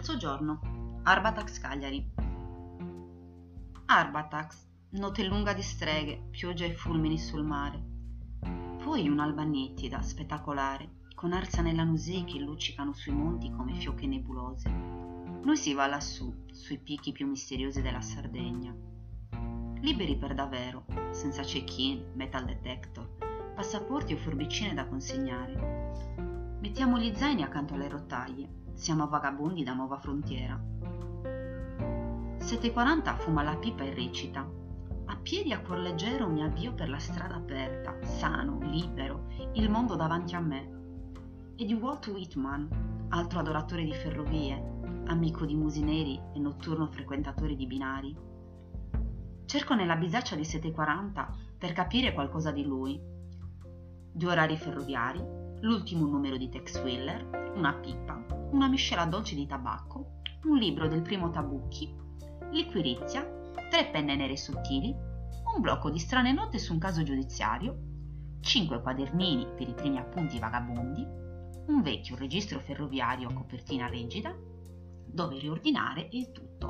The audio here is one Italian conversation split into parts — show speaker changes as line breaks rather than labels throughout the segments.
terzo giorno, Arbatax Cagliari. Arbatax, notte lunga di streghe, pioggia e fulmini sul mare. Poi un'alba nitida, spettacolare, con arsa nella nusei che luccicano sui monti come fiocche nebulose. Noi si va lassù, sui picchi più misteriosi della Sardegna. Liberi per davvero, senza check-in, metal detector, passaporti o forbicine da consegnare. Mettiamo gli zaini accanto alle rottaglie, siamo vagabondi da nuova frontiera. 7:40 fuma la pipa e recita: a piedi a cuor leggero mi avvio per la strada aperta, sano, libero, il mondo davanti a me. E di Walt Whitman, altro adoratore di ferrovie, amico di musi neri e notturno frequentatore di binari. Cerco nella bisaccia di 7:40 per capire qualcosa di lui. 2 orari ferroviari, l'ultimo numero di Tex Willer, una pipa, una miscela dolce di tabacco, un libro del primo Tabucchi, liquirizia, 3 penne nere sottili, un blocco di strane note su un caso giudiziario, 5 quadernini per i primi appunti vagabondi, un vecchio registro ferroviario a copertina rigida, dove riordinare il tutto.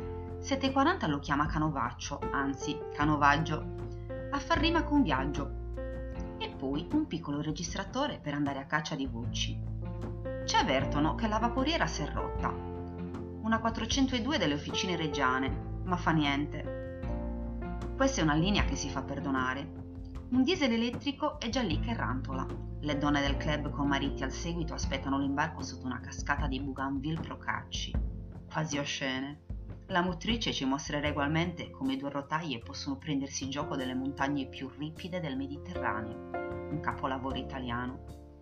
7:40 lo chiama canovaccio, anzi canovaggio, a far rima con viaggio, e poi un piccolo registratore per andare a caccia di voci. Ci avvertono che la vaporiera si è rotta, una 402 delle officine reggiane, ma fa niente. Questa è una linea che si fa perdonare. Un diesel elettrico è già lì che rantola. Le donne del club con mariti al seguito aspettano l'imbarco sotto una cascata di bougainville procacci, quasi oscene. La motrice ci mostrerà ugualmente come 2 rotaie possono prendersi gioco delle montagne più ripide del Mediterraneo. Un capolavoro italiano.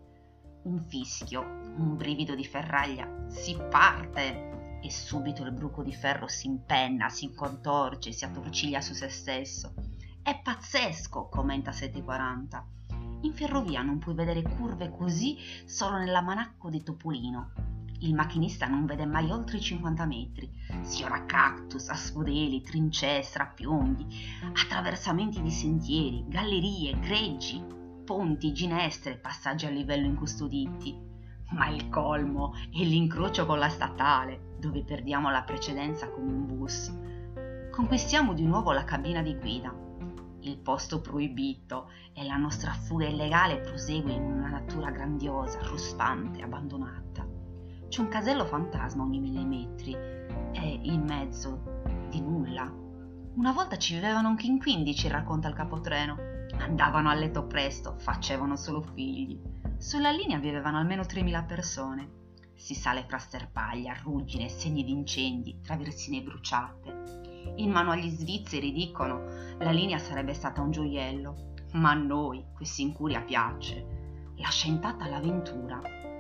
Un fischio, un brivido di ferraglia, si parte! E subito il bruco di ferro si impenna, si contorce, si attorciglia su se stesso. È pazzesco, commenta 7:40. In ferrovia non puoi vedere curve così solo nell'almanacco di Topolino. Il macchinista non vede mai oltre i 50 metri. Sfiora cactus, asfodeli, trincee, strapiombi, attraversamenti di sentieri, gallerie, greggi, ponti, ginestre, passaggi a livello incustoditi. Ma il colmo è l'incrocio con la statale, dove perdiamo la precedenza come un bus. Conquistiamo di nuovo la cabina di guida. Il posto proibito e la nostra fuga illegale prosegue in una natura grandiosa, ruspante, abbandonata. C'è un casello fantasma ogni 1000 metri e in mezzo di nulla. Una volta ci vivevano anche in 15, racconta il capotreno. Andavano a letto presto, facevano solo figli. Sulla linea vivevano almeno 3.000 persone. Si sale fra sterpaglia, ruggine, segni di incendi, traversine bruciate. In mano agli svizzeri dicono la linea sarebbe stata un gioiello, ma a noi questa incuria piace. Lascia intatta l'avventura.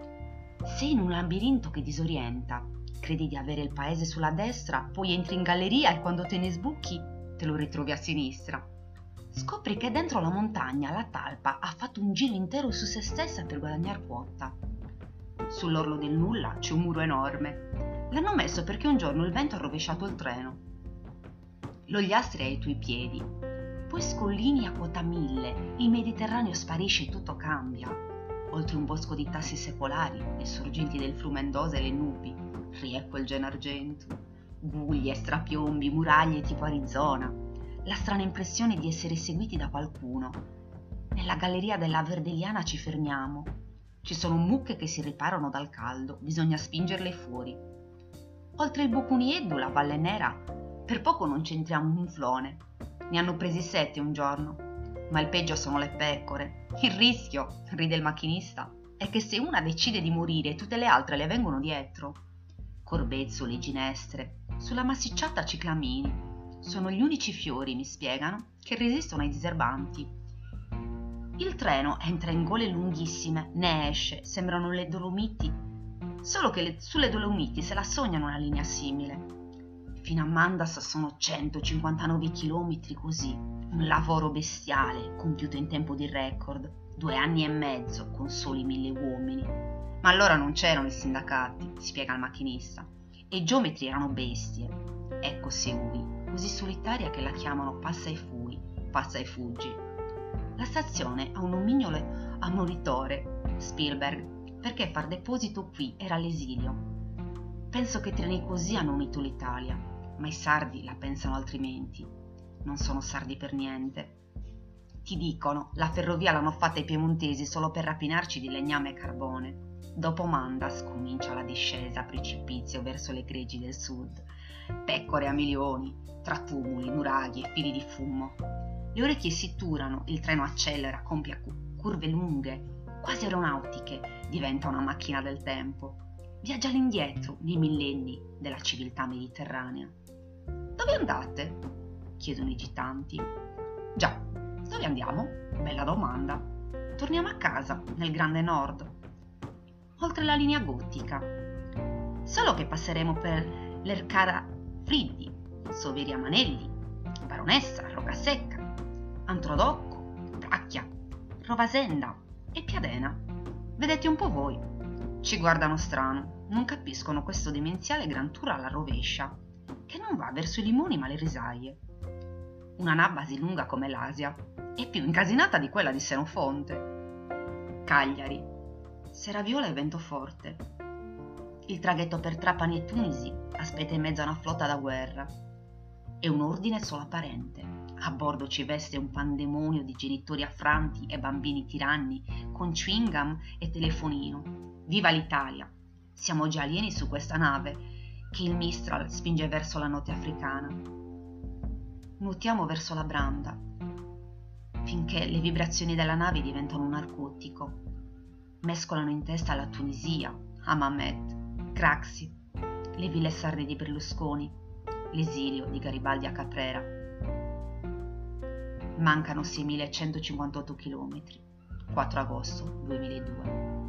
Sei in un labirinto che disorienta. Credi di avere il paese sulla destra, poi entri in galleria e quando te ne sbucchi te lo ritrovi a sinistra. Scopri che dentro la montagna la talpa ha fatto un giro intero su se stessa per guadagnare quota. Sull'orlo del nulla c'è un muro enorme. L'hanno messo perché un giorno il vento ha rovesciato il treno. L'Ogliastri è ai tuoi piedi. Poi scollini a quota 1000, il Mediterraneo sparisce e tutto cambia. Oltre un bosco di tassi secolari, le sorgenti del Flumendosa e le nubi, riecco il Gennargentu, guglie, strapiombi, muraglie tipo Arizona, la strana impressione di essere seguiti da qualcuno. Nella galleria della Verdeliana ci fermiamo. Ci sono mucche che si riparano dal caldo, bisogna spingerle fuori. Oltre il Bucunieddu, la Valle Nera, per poco non c'entriamo un muflone. Ne hanno presi 7 un giorno. Ma il peggio sono le pecore. Il rischio, ride il macchinista, è che se una decide di morire tutte le altre le vengono dietro. Corbezzoli, ginestre, sulla massicciata ciclamini. Sono gli unici fiori, mi spiegano, che resistono ai diserbanti. Il treno entra in gole lunghissime, ne esce, sembrano le Dolomiti, solo che sulle Dolomiti se la sognano una linea simile. Fino a Mandas sono 159 chilometri così, un lavoro bestiale, compiuto in tempo di record, 2 anni e mezzo con soli 1000 uomini. Ma allora non c'erano i sindacati, spiega il macchinista, e i geometri erano bestie. Ecco Segui, così solitaria che la chiamano passa e fui, passa e fuggi. La stazione ha un nomignolo ammoritore, Spielberg, perché far deposito qui era l'esilio. Penso che treni così hanno unito l'Italia, ma i sardi la pensano altrimenti. Non sono sardi per niente. Ti dicono, la ferrovia l'hanno fatta i piemontesi solo per rapinarci di legname e carbone. Dopo Mandas comincia la discesa a precipizio verso le greggi del sud. Pecore a milioni, tra tumuli, nuraghi e fili di fumo. Le orecchie si turano, il treno accelera, compie curve lunghe, quasi aeronautiche, diventa una macchina del tempo. Viaggia all'indietro nei millenni della civiltà mediterranea. Dove andate? Chiedono i gitanti. Già, dove andiamo? Bella domanda. Torniamo a casa, nel grande nord, oltre la linea gotica. Solo che passeremo per l'Ercara Friddi, Soveria Manelli, Baronessa, Rocasecca, Antrodocco, Bracchia, Rovasenda e Piadena. Vedete un po' voi. Ci guardano strano, non capiscono questo demenziale Gran Tour alla rovescia, che non va verso i limoni ma le risaie. Una nabasi lunga come l'Asia e più incasinata di quella di Senofonte. Cagliari, sera viola e vento forte. Il traghetto per Trapani e Tunisi aspetta in mezzo a una flotta da guerra. È un ordine solo apparente. A bordo ci veste un pandemonio di genitori affranti e bambini tiranni con chewing gum e telefonino. Viva l'Italia! Siamo già alieni su questa nave che il Mistral spinge verso la notte africana. Nuotiamo verso la branda finché le vibrazioni della nave diventano un narcotico. Mescolano in testa la Tunisia, Hammamet, Craxi, le ville sarde di Berlusconi, l'esilio di Garibaldi a Caprera. Mancano 6.158 km. 4 agosto 2002.